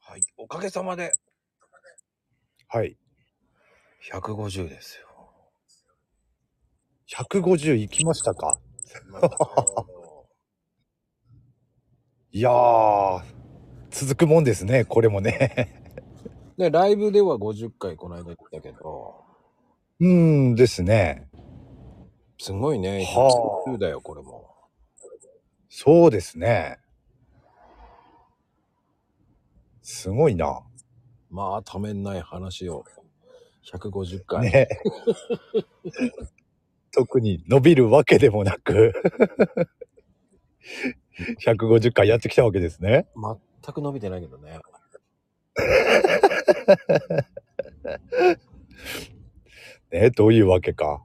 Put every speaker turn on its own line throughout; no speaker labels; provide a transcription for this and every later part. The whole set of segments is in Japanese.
はい、おかげさまで
はい。
150ですよ。
150行きましたか？
また
いやー、続くもんですね、これもね。
で、ライブでは50回この間言ったけど、
ですね。
すごいね、150
はあ、
だよ、これも。
そうですね。すごいな。
まあ、ためんない話を150回。
ね。特に伸びるわけでもなく、150回やってきたわけですね。
全く伸びてないけどね。
ね、どういうわけか。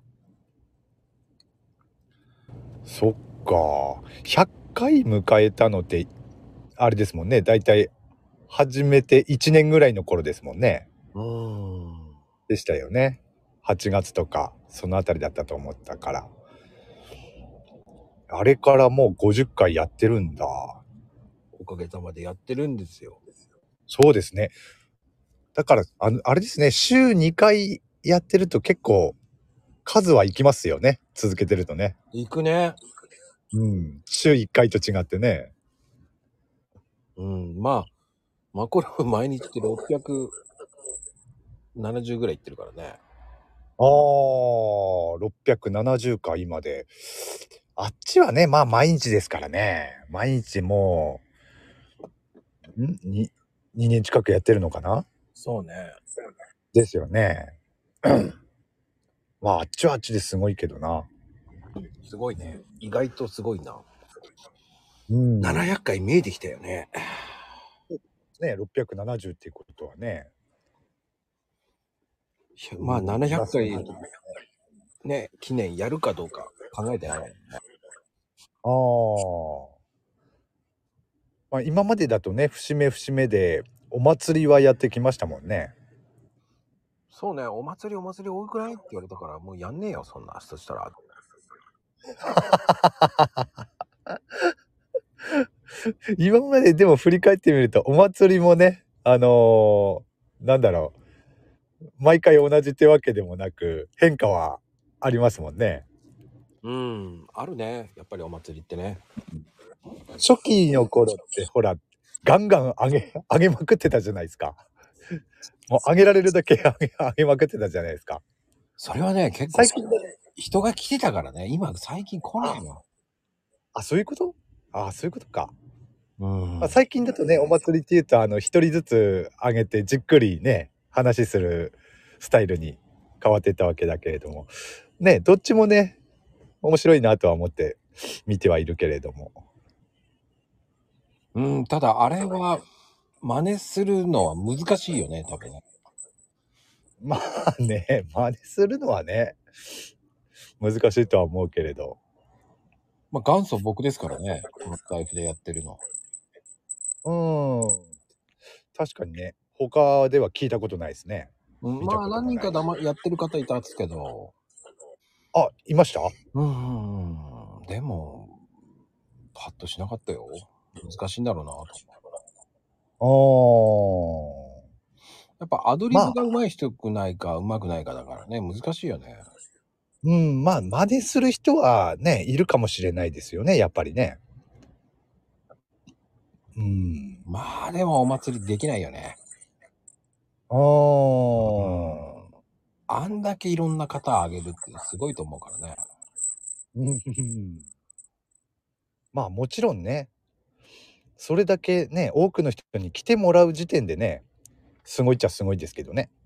そっか。100回迎えたのって、あれですもんね。だいたい始めて1年ぐらいの頃ですもんね。
うーん。
でしたよね。8月とか、そのあたりだったと思ったから。あれからもう50回やってるんだ。
おかげさまでやってるんですよ。
そうですね。だから、あれですね、週2回やってると結構数はいきますよね。続けてるとね。
行くね。
週1回と違ってね。
うん、まあ、これは毎日って670ぐらい行ってるからね。
ああ、670か、今で。あっちはね、まあ毎日ですからね。毎日もう、2年近くやってるのかな
そうね。
ですよね。まあ、あっちはあっちですごいけどな。
すごいね。意外とすごいな。
うん。
700回見えてきたよね。
ね、670っていうことはね。
まあ、700
プラスに。
回ね、記念やるかどうか考えてない。
ああ。まあ、今までだとね、節目節目で、お祭りはやってきましたもんね。
そうね、お祭り多くないって言われたから、もうやんねえよ、そんな。そしたら。
今まででも振り返ってみると、お祭りもね、なんだろ毎回同じってわけでもなく、変化はありますもんね。
うん、あるね。やっぱりお祭りってね。
初期の頃ってほら、ガンガン上げまくってたじゃないですか。もう上げられるだけ上げまくってたじゃないですか。
それはね、結構
最近で、
人が来てたからね。今、最近来ないの。
そういうこと？そういうことか。
うん。
最近だとね、お祭りっていうと、一人ずつ上げてじっくりね、話するスタイルに変わっていったわけだけれども。ね、どっちもね、面白いなとは思って見てはいるけれども。
うん、ただ、あれは、真似するのは難しいよね、多分ね。
まあね、真似するのはね、難しいとは思うけれど。
まあ、元祖僕ですからね。このスタイフでやってるの。
うーん。確かにね、他では聞いたことないですね。
うん、
見た
まあ、何人か
こともないし。
やってる方いたんですけど。
いました？
でも、パッとしなかったよ。難しいんだろうなと。
ああ。
やっぱアドリ
まあ、
ブが上手い人くないか上手くないかだからね、難しいよね。
まあ、真似する人はね、いるかもしれないですよね、やっぱりね。うん。
まあでもお祭りできないよね。
あ
うん。
あ。
あんだけいろんな方あげるってすごいと思うからね。
うん。まあ、もちろんね、それだけね、多くの人に来てもらう時点でね、すごいっちゃすごいですけどね。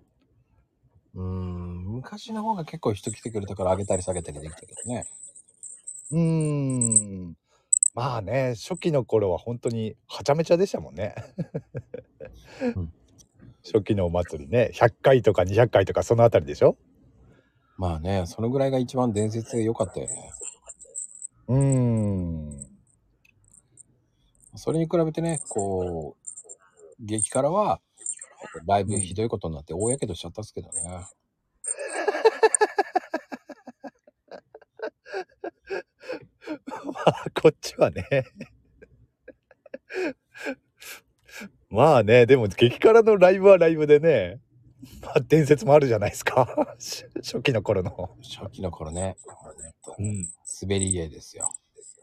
昔の方が結構人来てくれたから上げたり下げたりできたけどね。
うーん。まあね、初期の頃は本当にはちゃめちゃでしたもんね。
うん。
初期のお祭りね、100回とか200回とかそのあたりでしょ？
まあね、そのぐらいが一番伝説で良かったよね。
うーん。
それに比べてね、激辛は、だいぶひ
うん。
どいことになって大やけどしちゃったっすけどね。
まあ、こっちはね、 まあね、でも激辛のライブはライブでね、まあ伝説もあるじゃないですか。初期の頃の。
初期の頃ね。ほんと
うん。
滑り芸ですよ。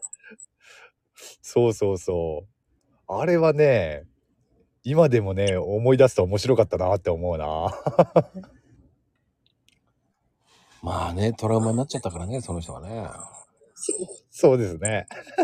そうそうそう。あれはね、今でもね、思い出すと面白かったなって思うな。
まあね、トラウマになっちゃったからね、その人がね。
そうですね。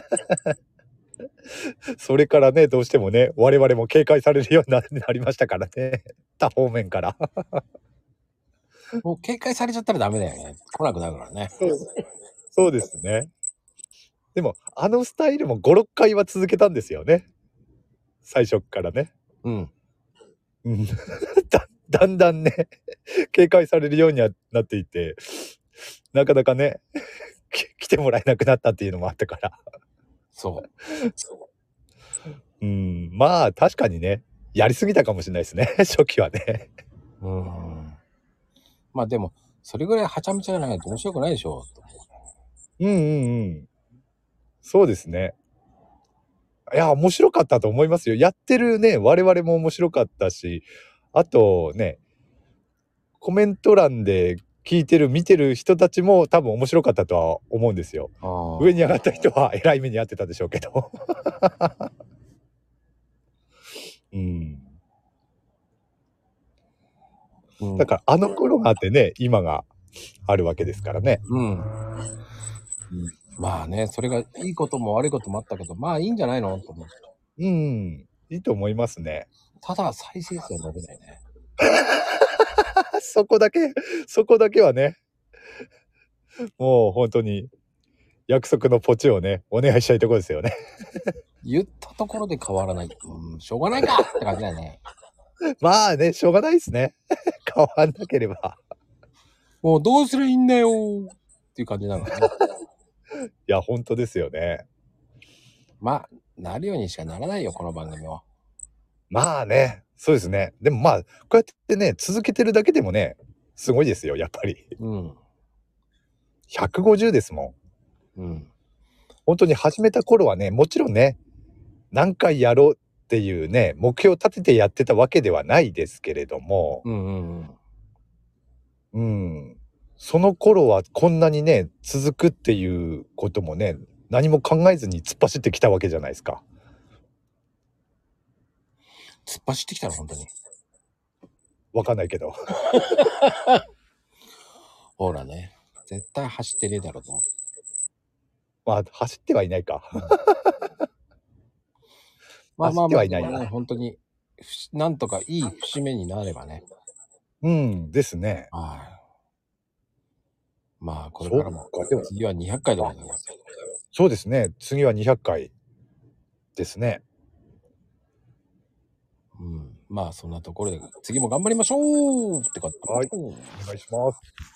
それからね、どうしてもね、我々も警戒されるようになりましたからね。他方面から。
もう警戒されちゃったらダメだよね。来なくなるからね。
そう。そうですね。でも、あのスタイルも5、6回は続けたんですよね。最初っからね。
うん。
うん。だんだんね、警戒されるようにはなっていて、なかなかね、来てもらえなくなったっていうのもあったから。
そう。
うん、まあ確かにね、やりすぎたかもしれないですね、初期はね。
まあでも、それぐらいはちゃめちゃじゃないと面白くないでしょ。
うんうんうん。そうですね。いや、面白かったと思いますよ。やってるね、我々も面白かったし、あとね、コメント欄で聞いてる、見てる人たちも多分面白かったとは思うんですよ。上に上がった人はえらい目に遭ってたでしょうけど。うん。
うん。
だからあの頃があってね、今があるわけですからね。
うん。まあね、それがいいことも悪いこともあったけど、まあいいんじゃないのと思う。
うん、いいと思いますね。
ただ再生数は伸びないね。
そこだけ、そこだけはね、もう本当に約束のポチをね、お願いしたいところですよね。
言ったところで変わらない。うん、しょうがないかって感じだよね。
まあね、しょうがないですね。変わんなければ。
もうどうすりゃいいんだよっていう感じなのね。
いや、本当ですよね。
まあ、なるようにしかならないよ、この番組は。
まあね、そうですね。でもまあ、こうやってね、続けてるだけでもね、すごいですよ、やっぱり。
うん。
150ですもん。
うん。
本当に始めた頃はね、もちろんね、何回やろうっていうね、目標を立ててやってたわけではないですけれども、
うんうんうん。
うん。その頃はこんなにね、続くっていうこともね、何も考えずに突っ走ってきたわけじゃないですか。
突っ走ってきたの、本当に。
わかんないけど。
ほらね。絶対走ってねえだろうと思って。
まあ、走ってはいないか。
まあまあまあ、
走ってはい
でもね、
ないな。
本当に、なんとかいい節目になればね。
うん、ですね。
はい。まあ、これ
そっ
からも、
か、でも、
次は200回でございますよ。
そうですね。次は200回ですね。
うん。まあ、そんなところで、次も頑張りましょうってか、
はい、お願いします。